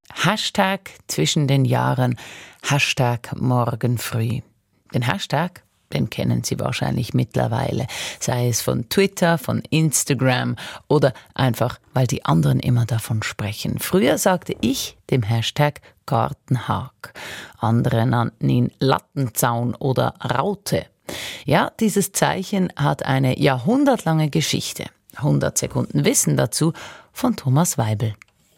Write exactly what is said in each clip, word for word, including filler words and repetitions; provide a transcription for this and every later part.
Hashtag zwischen den Jahren, Hashtag morgen früh. Den Hashtag, den kennen Sie wahrscheinlich mittlerweile, sei es von Twitter, von Instagram oder einfach, weil die anderen immer davon sprechen. Früher sagte ich dem Hashtag Gartenhag. Andere nannten ihn Lattenzaun oder Raute. Ja, dieses Zeichen hat eine jahrhundertlange Geschichte. hundert Sekunden Wissen dazu von Thomas Weibel.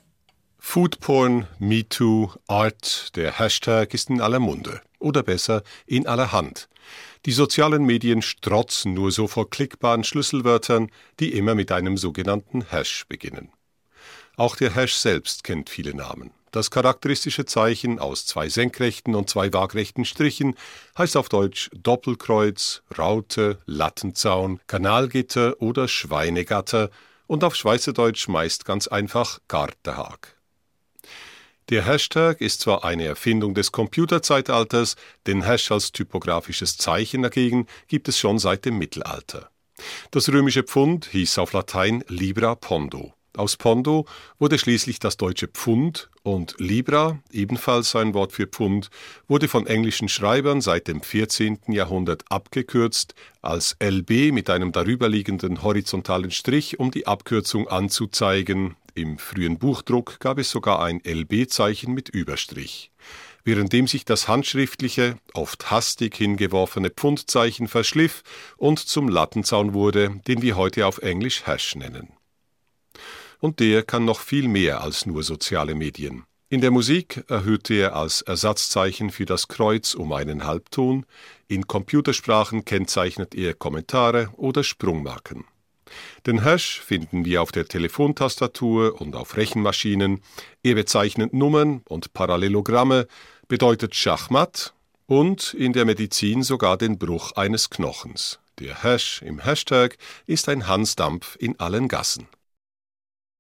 Foodporn, MeToo, Art, der Hashtag ist in aller Munde. Oder besser, in aller Hand. Die sozialen Medien strotzen nur so vor klickbaren Schlüsselwörtern, die immer mit einem sogenannten Hash beginnen. Auch der Hash selbst kennt viele Namen. Das charakteristische Zeichen aus zwei senkrechten und zwei waagrechten Strichen heißt auf Deutsch Doppelkreuz, Raute, Lattenzaun, Kanalgitter oder Schweinegatter und auf Schweizerdeutsch meist ganz einfach Gartenhag. Der Hashtag ist zwar eine Erfindung des Computerzeitalters, den Hash als typografisches Zeichen dagegen gibt es schon seit dem Mittelalter. Das römische Pfund hieß auf Latein Libra Pondo. Aus Pondo wurde schließlich das deutsche Pfund und Libra, ebenfalls ein Wort für Pfund, wurde von englischen Schreibern seit dem vierzehnten Jahrhundert abgekürzt als L B mit einem darüberliegenden horizontalen Strich, um die Abkürzung anzuzeigen. Im frühen Buchdruck gab es sogar ein L B-Zeichen mit Überstrich. Währenddem sich das handschriftliche, oft hastig hingeworfene Pfundzeichen verschliff und zum Lattenzaun wurde, den wir heute auf Englisch Hash nennen. Und der kann noch viel mehr als nur soziale Medien. In der Musik erhöhte er als Ersatzzeichen für das Kreuz um einen Halbton, in Computersprachen kennzeichnet er Kommentare oder Sprungmarken. Den Hash finden wir auf der Telefontastatur und auf Rechenmaschinen. Er bezeichnet Nummern und Parallelogramme, bedeutet Schachmatt und in der Medizin sogar den Bruch eines Knochens. Der Hash im Hashtag ist ein Hansdampf in allen Gassen.